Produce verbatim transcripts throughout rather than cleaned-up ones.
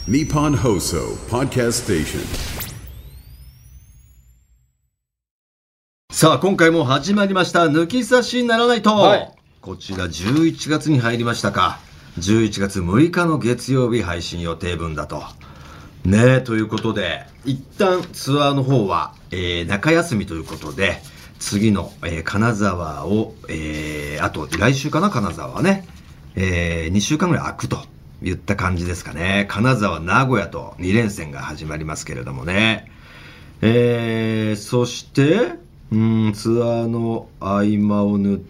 Nippon Hoso Podcast Station。 さあ今回も始まりました抜き差しならないと、 はい、 こちらじゅういちがつに入りましたか。じゅういちがつむいかの月曜日配信予定分だとねえ、ということで一旦ツアーの方は、えー、中休みということで、次の、えー、金沢を、えー、あと来週かな、金沢はね、えー、にしゅうかんぐらい空くと言った感じですかね。金沢、名古屋とに連戦が始まりますけれどもね。えー、そして、うん、ツアーの合間を縫って、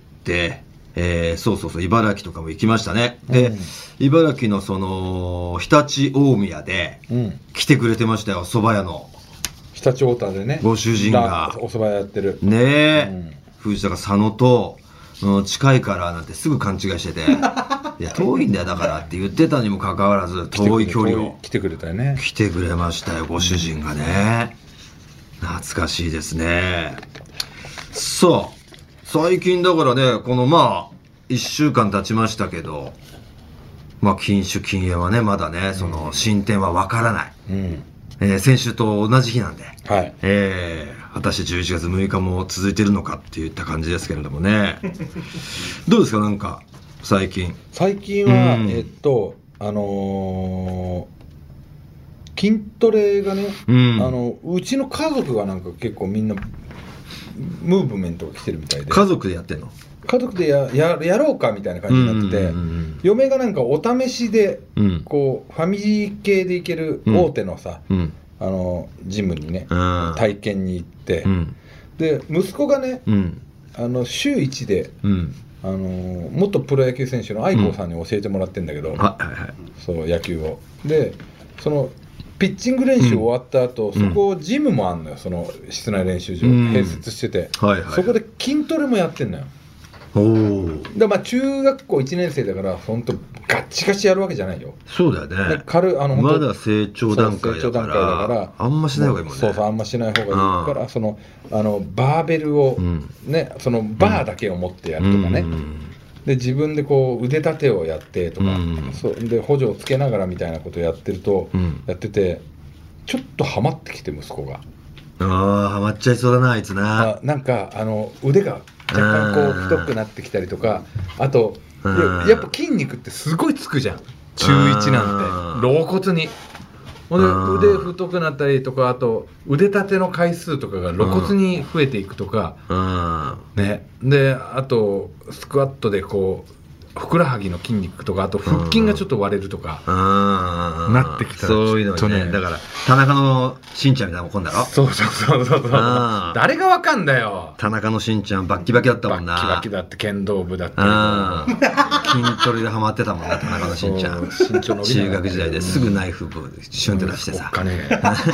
えー、そうそうそう、茨城とかも行きましたね。で、うん、茨城のその、常陸大宮で、来てくれてましたよ、蕎麦屋の。 常陸太田でね。 ご主人が。 お蕎麦屋やってる。 ねえ、うん、藤坂佐野と、うん、近いからなんてすぐ勘違いしてて、いや遠いんだよだからって言ってたにもかかわらず、遠い距離を来てくれたよね。 来てくれましたよ、ご主人がね。懐かしいですね。さあ最近だからね、このまあいっしゅうかん経ちましたけど、まあ禁酒禁煙はねまだね、その進展はわからない、うん、えー、先週と同じ日なんで、はい、えー、果たしてじゅういちがつむいかも続いてるのかっていった感じですけれどもね。どうですか、なんか最近最近は、うん、えっとあのー、筋トレがね、うん、あのうちの家族がなんか結構みんなムーブメントが来てるみたいで。 家族でやってんの？ 家族で や, や, やろうかみたいな感じになってて、うんうんうんうん、嫁がなんかお試しで、うん、こうファミリー系で行ける大手のさ、うん、あのジムにね、うん、体験に行って、うん、で息子がね、うん、あの週いちで、うん、あの元プロ野球選手の愛子さんに教えてもらってるんだけど、うん、はいはい、そう野球をでそのピッチング練習終わった後、うん、そこジムもあんのよ、その室内練習場、うん、併設してて、はいはい、そこで筋トレもやってんのよ。おでまあ中学校いちねん生だから本当ガッチガチやるわけじゃないよ。 そうだよね。 軽あのまだ成長段階だからあんましない方がいいもんね。 そうそう、あんましない方がいいから、そのあのバーベルを、うん、ね、そのバーだけを持ってやるとかね、うん、で自分でこう腕立てをやってとか、うん、そうで補助をつけながらみたいなことをやってると、うん、やっててちょっとハマってきて、息子が。 ああ、ハマっちゃいそうだなあいつな。 あなんかあの腕が若干こう太くなってきたりとか、あとやっぱ筋肉ってすごいつくじゃん、中いちなんて露骨に。ほんで腕太くなったりとか、あと腕立ての回数とかが露骨に増えていくとか、ね、であとスクワットでこうふくらはぎの筋肉とか、あと腹筋がちょっと割れるとかなってきたら、 そういうのね、だから田中のしんちゃんみたいなもんだろ。 そうそうそうそうそう、誰がわかんだよ。 田中のしんちゃんバッキバキだったもんな。 バッキバキだって、剣道部だって筋トレでハマってたもんな、田中のしんちゃん。身長伸び中学時代ですぐナイフシュンって出してさ、お金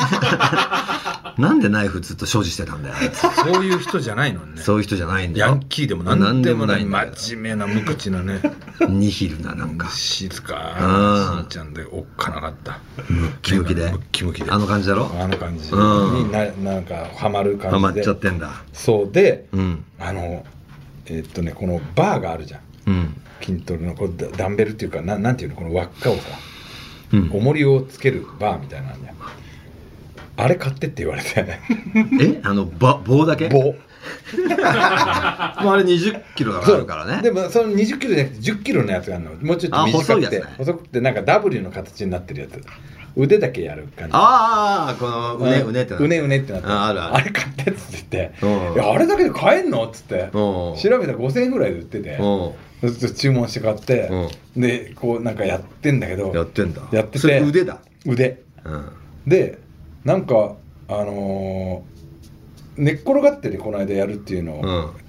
なんでナイフずっと所持してたんだよ。 そういう人じゃないのね。 そういう人じゃないんだよ。 ヤンキーでも何でもない真面目な無口なね、 ニヒルな、なんか静かしんちゃんでおっかなかった、 ムッキムキで、 ムッキムキで、 あの感じだろ。 あの感じに な, なんかハマる感じでハマっちゃってんだ。 そうで、うん、あのえー、っとねこのバーがあるじゃん、うん、筋トレのこうダンベルっていうか な, なんていうの、この輪っかをさ、うん、重りをつけるバーみたいなのじゃん。あれ買ってって言われてえ、あの棒だけ？ 棒あれにじゅっキロだからあるからね。 でもそのにじゅっキロじゃなくてじゅっキロのやつがあるの。もうちょっと短くて、ね、細くてなんか ダブリュー の形になってるやつ。腕だけやる感じ。 ああ、このうねうねってなってうねうねってなってあるある。 あれ買ってっつって言って、いやあれだけで買えんのっつって調べたらごせんえんぐらいで売ってて、ずっと注文して買って、でこうなんかやってんだけど、 やってんだ。 やってて、 それ腕だ。 腕、うん、でなんかあのー、寝っ転がってでこの間やるっていうのを言って、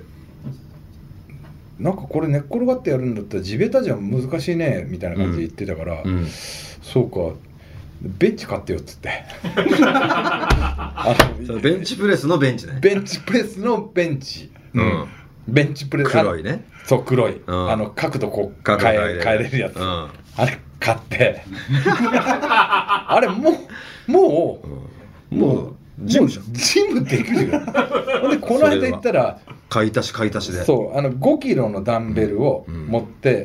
うん、なんかこれ寝っ転がってやるんだったら地べたじゃ難しいねみたいな感じで言ってたから、うんうん、そうかベンチ買ってよっつってあのベンチプレスのベンチね。 ベンチプレスのベンチ、うん、ベンチプレス黒いね。 そう黒い、うん、あの角度こう変え、変えれるやつ、うん、あれ買ってあれもうもう、うん、もうジムじゃん。ジムできるよ。でこの間行ったら買い足し買い足しで。 そうあのごキロのダンベルを持って、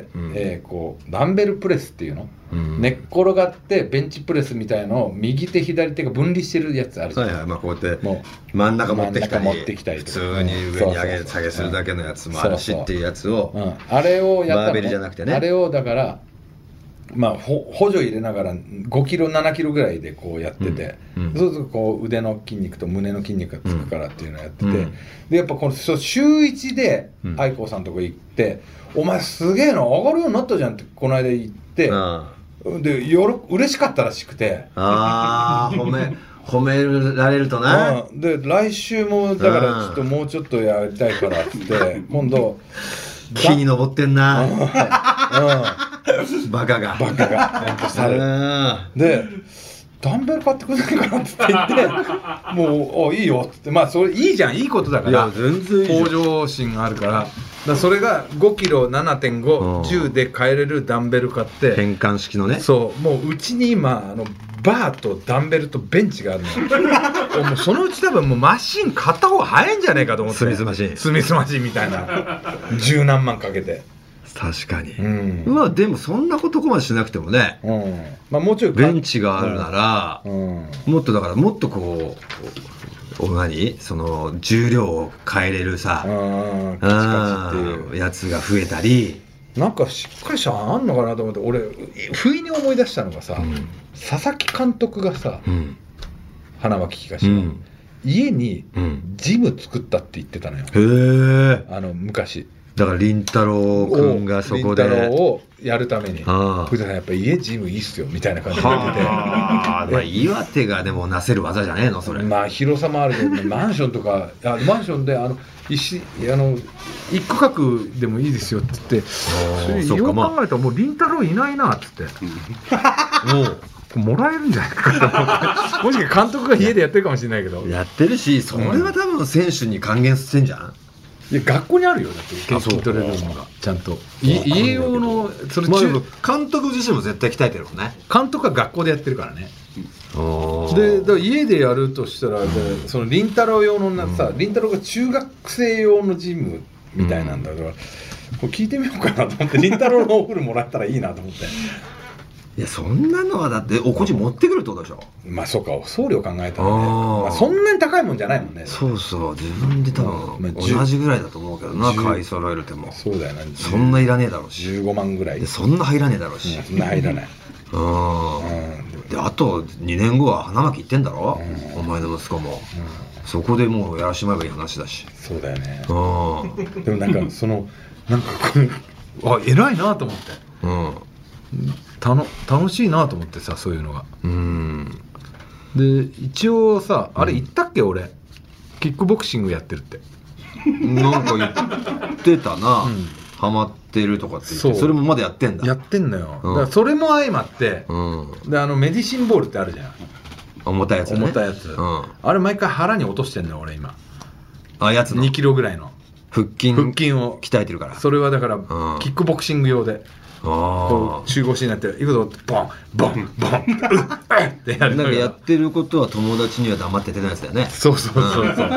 うんうんえー、こうダンベルプレスっていうの、うん、寝っ転がってベンチプレスみたいのを右手左手が分離してるやつあるじゃん。 はいはい、まあ、こうやってもう真ん中持ってきたり持ってきたり普通に上に上げ下げするだけのやつもあるしっていうやつを、 うん、あれをやったのバーベルじゃなくてね。 あれをだからまあ、補助入れながらごキロななキロぐらいでこうやってて、うんうん、そうするとこう腕の筋肉と胸の筋肉がつくからっていうのをやってて、うん、でやっぱこのそう週いちで愛子さんのとこ行って「お前すげえな上がるようになったじゃん」ってこの間言って、うん、でよろ嬉しかったらしくてああ褒め褒められるとな、 うん、で来週もだからちょっともうちょっとやりたいからっつって今度木に登ってんなうんバカがバカがほんとされでダンベル買ってくれないかなって言ってもう「あいいよ」っつってまあそれいいじゃんいいことだから全然いい向上心があるからだからそれがごキロななてんご、じゅうで買えれるダンベル買って変換式のねそうもううちに今あのバーとダンベルとベンチがあるのもうそのうち多分もうマシン買った方が早いんじゃねえかと思ってスミスマシンスミスマシンみたいな十何万かけて確かに、うん、まあでもそんなことこまでしなくてもね、 うんまあ、もうちょいベンチがあるなら、うんうん、もっとだからもっとこう何その重量を変えれるさ、 うん、カチカチっていうやつが増えたりなんかしっかりしたのあんのかなと思って俺不意に思い出したのがさ、うん、佐々木監督がさ、うん、花巻東の、うん、家にジム作ったって言ってたのよ、 へえあの昔だから凛太郎くんがそこで凛太郎をやるために藤田さんやっぱ家ジムいいっすよみたいな感じで言っててあ、まあ、岩手がでもなせる技じゃねえのそれまあ広さもあるけどマンションとかあマンションであの一あの一区画でもいいですよって言ってそれよく考えたらもう凛太郎いないなっつってもうもらえるんじゃないかと思ってもしか監督が家でやってるかもしれないけどやってるしそれは多分選手に還元してんじゃんいや学校にあるよだって筋トレルームがちゃんと家用のそれ中、 まあ、監督自身も絶対鍛えてるもんね監督は学校でやってるからねでだから家でやるとしたら、うん、その凛太郎用のなさ、うん、凛太郎が中学生用のジムみたいなんだから、うん、これ聞いてみようかなと思って凛太郎のお風呂もらったらいいなと思っていやそんなのはだっておこじ持ってくるってことでしょまあそうか送料考えたらねまあ、そんなに高いもんじゃないもんねそうそう自分で多分、まあ、同じぐらいだと思うけどな買い揃えるてもそうだよなそんないらねえだろうしじゅうごまんぐらいでそんな入らねえだろうし、 うん、そんな入らないうんであとにねんごは花巻行ってんだろ、うん、お前の息子も、うん、そこでもうやらしまえばいい話だしそうだよねうんでもなんかそのなんかあ偉いなと思ってうんたの楽しいなと思ってさそういうのがうんで一応さあれ言ったっけ、うん、俺キックボクシングやってるってなんか言ってたな、うん、ハマってるとかって言って そ, それもまだやってんだやってんのよ、うん、だからそれも相まって、うん、であのメディシンボールってあるじゃん重たいやつね重たいやつ、うん、あれ毎回腹に落としてんのよ俺今あやつのにキロぐらいの腹筋腹筋を鍛えてるからそれはだから、うん、キックボクシング用でこう中腰になっていくぞボンボンボンってやるなんかやってることは友達には黙っててないやつだよねそうそうそうそう、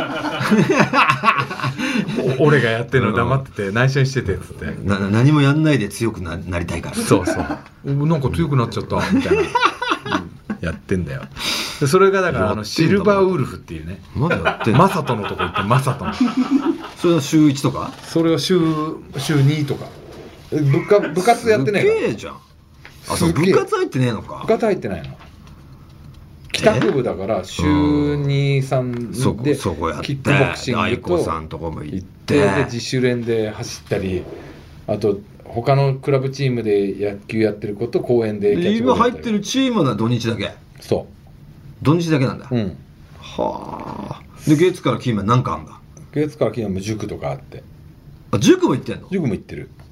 うん、俺がやってるの黙ってて内緒にしててっつってな何もやんないで強く な, なりたいからそうそうなんか強くなっちゃったみたいな、うん、やってんだよでそれがだからあのシルバーウルフっていうねまだやってんのマサトのとこ行ってマサトのそれは週いちとかそれは週週にとか部活部活やってねえかすげえじゃんあそう部活入ってねえのか部活入ってないの帰宅部だから週に、さんでキックボクシングと愛子さんとこも行ってで自主練で走ったりあと他のクラブチームで野球やってる子と公園でキャッチボールやったり今入ってるチームは土日だけそう土日だけなんだうんはあで月から金は何かあんだ月から金はもう塾とかあってあ塾も行ってんの塾も行ってる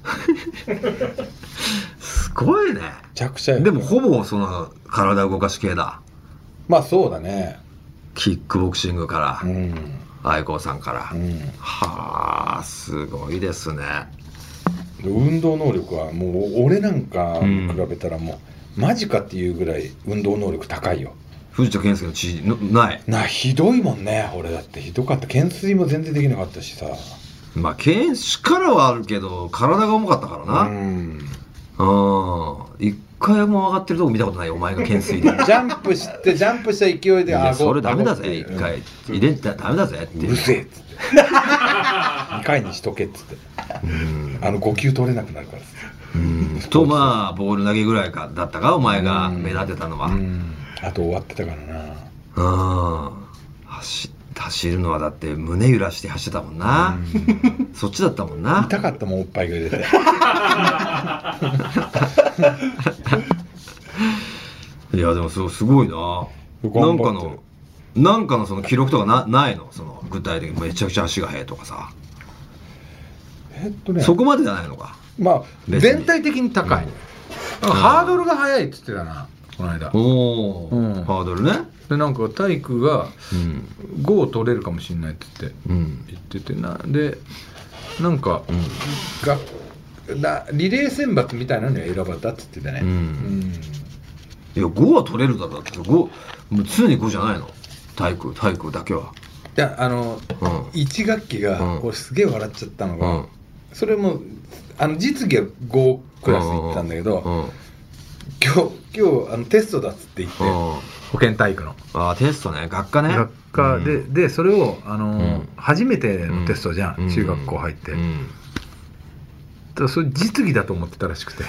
すごいねめちゃくちゃでもほぼその体動かし系だまあそうだねキックボクシングから、うん、愛子さんから、うん、はあすごいですね運動能力はもう俺なんかに比べたらもう、うん、マジかっていうぐらい運動能力高いよ藤田健介の血のないなひどいもんね俺だってひどかった懸垂も全然できなかったしさまあ力はあるけど体が重かったからな。うん一回も上がってるとこ見たことないよ、お前が懸垂で。 ジャンプしてジャンプした勢いで、 あそれダメだぜ、一回入れたらダメだぜって。 うるせえっつってにかいにしとけっつって、あのご球取れなくなるからっつって。 うんとまあボール投げぐらいかだったか、お前が目立てたのは。 あと終わってたからな。 うん走走るのはだって胸揺らして走ってたもんな。そっちだったもんな。 痛かったもん、おっぱいが出て。 いやでもすごい、すごいな。なんかのなんかのその記録とか な, ないのその具体的にめちゃくちゃ足が速いとかさ。 えっとねそこまでじゃないのか。 まあ全体的に高い、うん、ハードルが速いって言ってたなこの間。 おお、うん、ハードルね。 でなんか体育がごを取れるかもしれないって言って、うん、言っててな。でなんか、うん、がリレー選抜みたいなのに選ばれたって言ってたね。うん、うん、 いやごは取れるだろうって。ごもう常にごじゃないの体育体育だけは。 いやあの、うん、いち学期が、うん、これすげえ笑っちゃったのが、うん、それもあの実技はごクラス行ったんだけど、うんうん、今日今日あのテストだっつって言って、うん、保健体育のあテストね、学科ね、 学科で、うん、でそれをあの、うん、初めてのテストじゃん、うん、中学校入って、うん、だそれ実技だと思ってたらしくて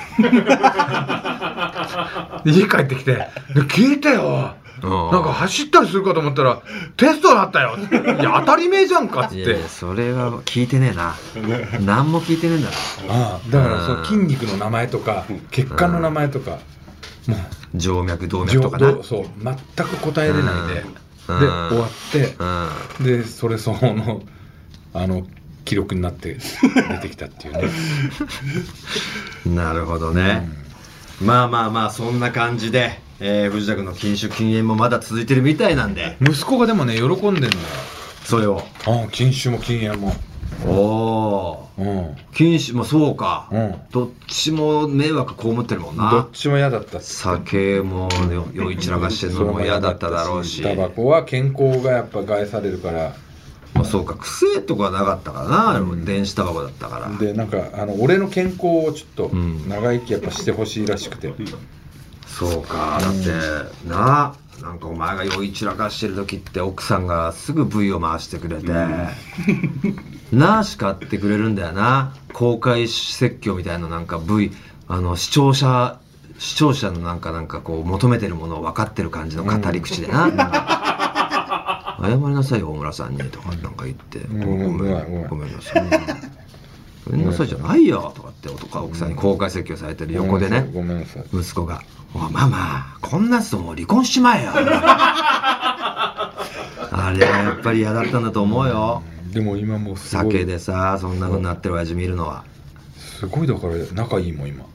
家帰ってきて聞いたよ、なんか走ったりするかと思ったらテストだったよ。いや当たり前じゃんかっつって。いやそれは聞いてねえな。何も聞いてねえんだな。 ああだからその筋肉の名前とか血管の名前とか、もう静脈動脈とかね、 そう全く答えれないで、で終わって、でそれ相応のあの記録になって出てきたっていうね。 なるほどね、うん、まあまあまあそんな感じで、えー、藤田君の禁酒禁煙もまだ続いてるみたいなんで、 息子がでもね喜んでんのよそれを。 ああ禁酒も禁煙も。 おお、うん、禁酒もそうか、うん、どっちも迷惑被ってるもんな。 どっちも嫌だった。 酒も酔い散らかしてるのも嫌だっただろうし、 タバコは健康がやっぱ害されるから。 まあ、そうか癖とかはなかったからな、うん、電子タバコだったから。 でなんかあの俺の健康をちょっと長生きやっぱしてほしいらしくて、うん、 そうか、だって、うん、ななんかお前が酔い散らかしてる時って奥さんがすぐ ブイ を回してくれて、うん、なあ叱ってくれるんだよな。公開説教みたいななんか ブイ あの視聴者視聴者のなんかなんかこう求めてるものを分かってる感じの語り口でな、うん謝りなさいよ大村さんにとかなんか言って、うん、ごめんごめんごめんなさいごめんなさいじゃないよとかって奥さんに公開説教されてる横でね、 ごめんなさい息子が「おいママこんなやつともう離婚しちまえよ」あれはやっぱり嫌だったんだと思うよ。 でも今もうすごい酒でさそんな風になってる親父見るのはすごい。だから仲いいもん今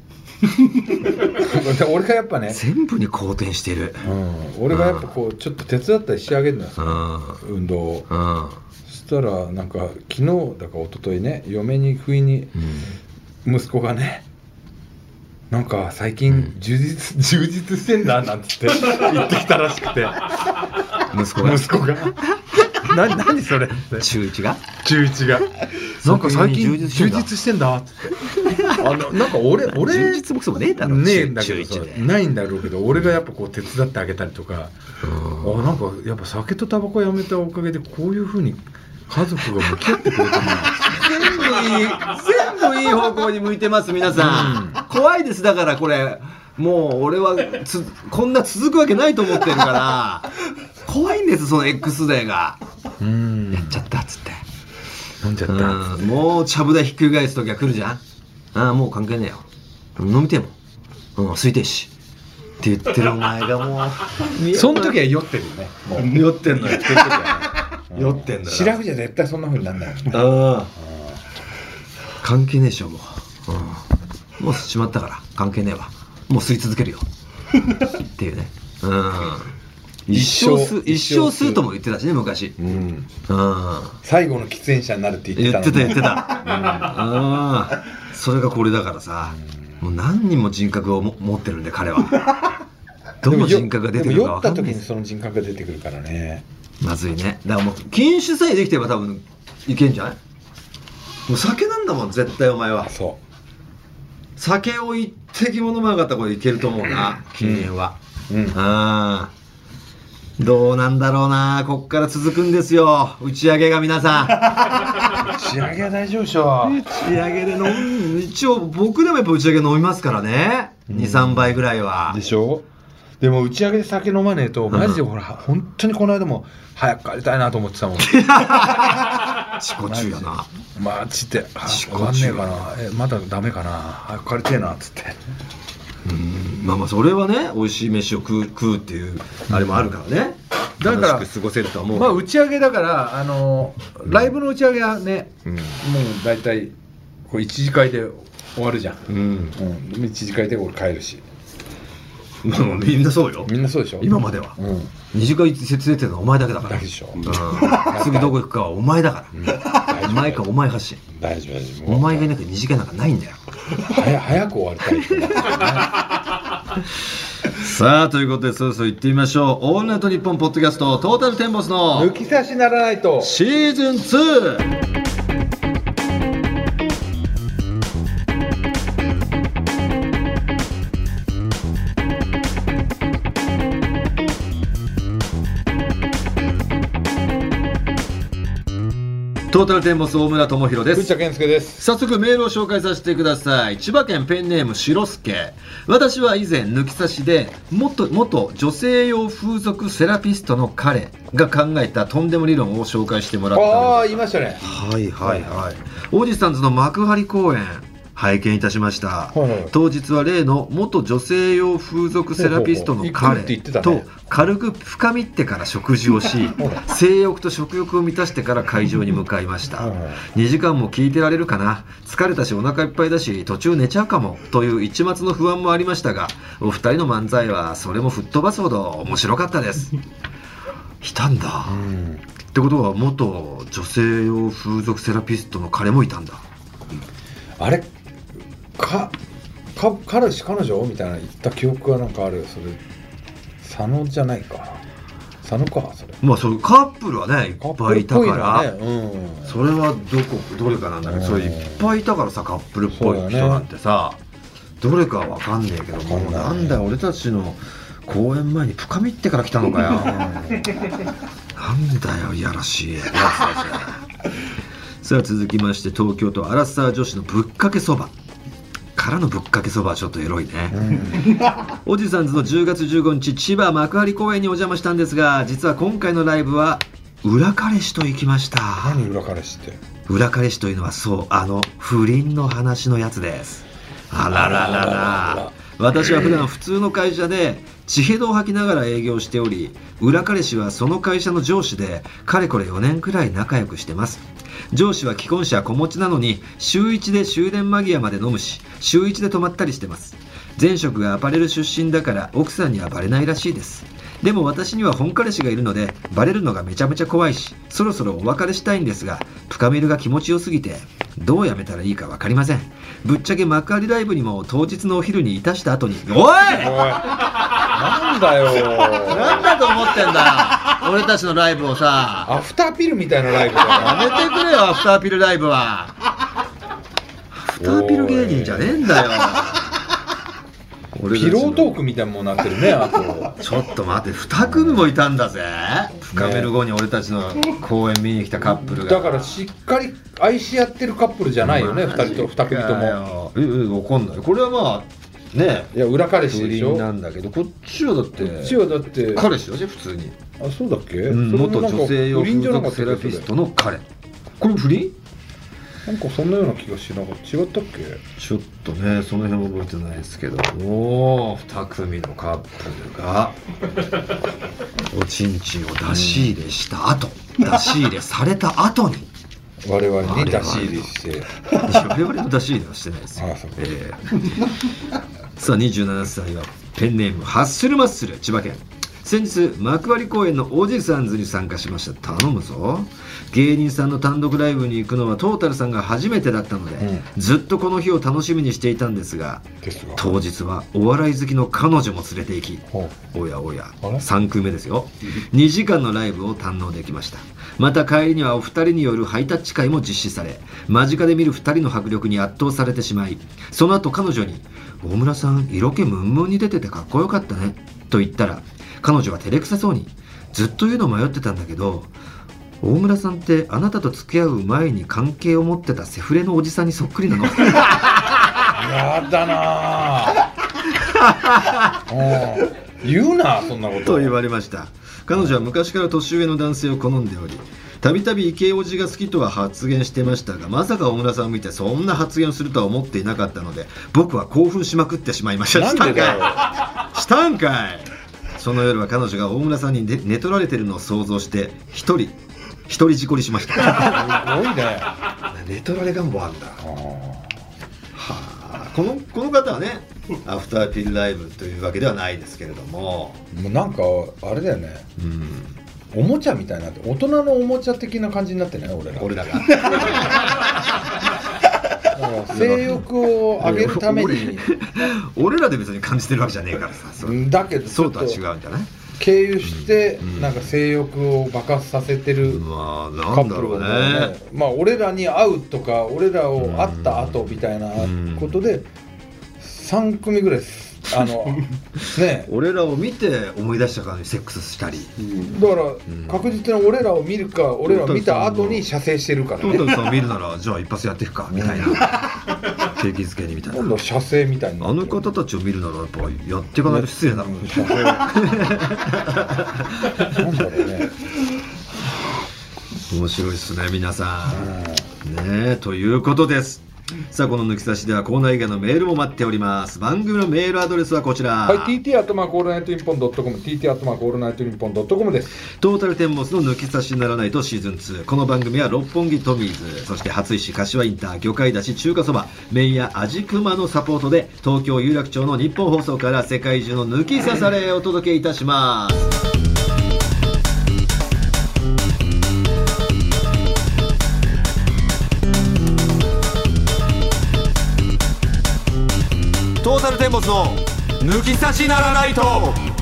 俺がやっぱね全部に好転してる、 うん、俺がやっぱこうちょっと手伝ったりしてあげるのよ、うん、運動を、うん、そしたらなんか昨日だか一昨日ね嫁に不意に息子がね、うん、なんか最近充実、うん、充実してんだなんつって言ってきたらしくて息子が息子がな何それって中いちが中いちがなんか最近充実してんだってあのなんか俺俺充実ボックスもねえだろねえんだけどさないんだろうけど俺がやっぱこう手伝ってあげたりとか、あなんかやっぱ酒とタバコやめたおかげでこういう風に家族が向き合ってくれたな全部いい全部いい方向に向いてます皆さん、うん、怖いです。だからこれもう俺はつこんな続くわけないと思ってるから怖いんですその X デーが。うんやっちゃったっつって飲んじゃったっつってもうちゃぶ台ひっくり返す時は来るじゃん。ああもう関係ねえよ飲みてえもん、うん、空いてえしって言ってるお前がもうその時は酔ってるよね。 もう酔ってんのよ酔ってんだよ。 シラフじゃ絶対そんな風になんないよね。 ああ関係ねえしょもう、うん、もうしまったから関係ねえわもう吸い続けるよっていうね、うん、一生吸一生吸うとも言ってたしね昔、うんうん、 最後の喫煙者になるって言ってた言ってた言ってた、うん、それがこれだからさ、うん、もう何人も人格をも持ってるんで彼はどの人格が出てくるか分かんない。 でも酔った時にその人格が出てくるからねまずいね。だからもう禁酒さえできてれば多分いけんじゃない。 もう酒なんだもん絶対お前は。 そう酒を一滴も飲まなかったらこれいけると思うな禁煙は。うん、ああどうなんだろうな、こっから続くんですよ打ち上げが。皆さん打ち上げは大丈夫でしょ。 打ち上げで飲む、一応僕でもやっぱ打ち上げ飲みますからね、うん、にさんばいぐらいは。 でしょ。でも打ち上げで酒飲まねえとマジでほら、うん、本当にこの間も早く帰りたいなと思ってたもん。 自己中やなマジで。終わんねえかな、えまだダメかな、早く帰りてえなっつって。 うん、まあまあそれはね美味しい飯を食う、食うっていうあれもあるからね、だから楽しく過ごせるとは思う。 まあ打ち上げだからあのライブの打ち上げはね、うん、もう大体こういちじかいで終わるじゃん、うんうん、いちじかいで俺帰るし。 まあみんなそうよ。 みんなそうでしょ今までは、うん、にじかい設定てるのはお前だけだから。 だけでしょ、うん、 次どこ行くかはお前だから、うん、お前かお前発信。 大丈夫大丈夫。 お前がいなきゃにじかいなんかないんだよ。 早, 早く終わりたいってね。 さあということでそろそろ行ってみましょう。オールナイトニッポンポッドキャストトータルテンボスの抜き差しならないとシーズンツー。トータルテンボス大村智弘です。 藤田健介です。 早速メールを紹介させてください。千葉県ペンネームしろすけ。私は以前抜き差しで元元女性用風俗セラピストの彼が考えたとんでも理論を紹介してもらったので。 ああ言いましたね。 はいはいはい。オージさんズの幕張公演拝見いたしました、はいはい、当日は例の元女性用風俗セラピストの彼と軽く深みってから食事をし性欲と食欲を満たしてから会場に向かいました。にじかんも聞いてられるかな、疲れたしお腹いっぱいだし途中寝ちゃうかもという一抹の不安もありましたが、お二人の漫才はそれも吹っ飛ばすほど面白かったです。いたんだ、うん、ってことは元女性用風俗セラピストの彼もいたんだ。 あれかか彼氏彼女みたいな言った記憶がなんかあるよ。それ佐野じゃないかな。佐野かそれ。 まあそういうカップルはねいっぱいいたから、 ねうん、 それはどこどれかなんだけど、それいっぱいいたからさカップルっぽい人なんてさ、ね、どれかは分かんねえけども、ね、なんだよ俺たちの公演前に深みってから来たのかよ。なんだよいやらしいやつだぜ。さあ続きまして東京都アラサー女子のぶっかけそばからのぶっかけそばはちょっとエロいね、うん、おじさんズのじゅうがつじゅうごにち千葉幕張公園にお邪魔したんですが、実は今回のライブは裏彼氏と行きました。 何裏彼氏って。 裏彼氏というのはそうあの不倫の話のやつです。あらららら。私は普段普通の会社で血ヘドを吐きながら営業しており、裏彼氏はその会社の上司でかれこれよねんくらい仲良くしてます。上司は既婚者子持ちなのに週いちで終電間際まで飲むし週いちで泊まったりしてます。前職がアパレル出身だから奥さんにはバレないらしいです。でも私には本彼氏がいるのでバレるのがめちゃめちゃ怖いし、そろそろお別れしたいんですが深みるが気持ちよすぎてどうやめたらいいか分かりません。ぶっちゃけ幕張ライブにも当日のお昼にいたした後においなんだよなんだと思ってんだ俺たちのライブをさ。 アフターピルみたいなライブだよ。 やめてくれよアフターピルライブは。アフターピル芸人じゃねえんだよ。 ピロートークみたいなもんなってるね。あとちょっと待ってに組もいたんだぜ。深める後に俺たちの公演見に来たカップルが、 だからしっかり愛し合ってるカップルじゃないよね。ふたりとに組とも。 ええ分かんない。これはまあね、 いや裏彼氏でしょ。 不倫なんだけどこっちはだってこっちはだって彼氏だし普通に。 あそうだっけ、 うん、元女性用風俗セラピストの彼。これ不倫なんかそんなような気がしなかった。違ったっけ。 ちょっとねその辺覚えてないですけど、おおに組のカップルがおちんちんを出し入れした後、うん、出し入れされた後に我々に出し入れして我々の出し入れはしてないですよ。ああそう、えー、さあにじゅうななさいはペンネームハッスルマッスル千葉県。 先日幕張公園のおじさんズに参加しました。頼むぞ。芸人さんの単独ライブに行くのはトータルさんが初めてだったので、うん、ずっとこの日を楽しみにしていたんですが、ですが当日はお笑い好きの彼女も連れて行き、おやおやさん組目ですよ。にじかんのライブを堪能できました。また帰りにはお二人によるハイタッチ会も実施され、間近で見る二人の迫力に圧倒されてしまい、その後彼女に大村さん色気ムンムンに出ててかっこよかったねと言ったら、彼女は照れくさそうに、ずっと言うの迷ってたんだけど、大村さんってあなたと付き合う前に関係を持ってたセフレのおじさんにそっくりなの。 やだな言うなそんなことと言われました。彼女は昔から年上の男性を好んでおり、たびたびイケオジが好きとは発言してましたが、まさか大村さんを見てそんな発言をするとは思っていなかったので、僕は興奮しまくってしまいました。 なんでだよ。 したんかい。その夜は彼女が大村さんに寝取られてるのを想像して一人一人事故りしました。 すごいね。 寝取られ願望あるんだ。はあ、このこの方はね、アフターピルライブというわけではないですけれども、 もうなんかあれだよね、うん、おもちゃみたいな、大人のおもちゃ的な感じになってない俺ら俺らが性欲を上げるために俺らで別に感じてるわけじゃねえからさ。 だけどそうとは違うんじゃない。 経由してなんか性欲を爆発させてるカップルをね、まあ俺らに会うとか俺らを会った後みたいなことでさん組ぐらいあのね俺らを見て思い出したからセックスしたり、 だから確実に俺らを見るか俺らを見た後に射精してるからね。 トータルさんを見るならじゃあ一発やっていくかみたいな景気づけにみたいな、 今度射精みたいな。 あの方たちを見るならやっぱやっていかないと失礼だろう、ね、射精なんだろうね。面白いですね皆さん、ねえということです。さあこの抜き差しではコーナー以外のメールも待っております。番組のメールアドレスはこちら、 はい、ティーティー アットマークオールナイトニッポンドットコム ティーティー アットマークオールナイトニッポンドットコムです。 トータルテンボスの抜き差しならないとシーズンツー。この番組は六本木トミーズ、そして初石柏インター、魚介だし中華そば、麺屋味熊のサポートで東京有楽町の日本放送から世界中の抜き差されお届けいたします。トータルテンボスの抜き差しならないと。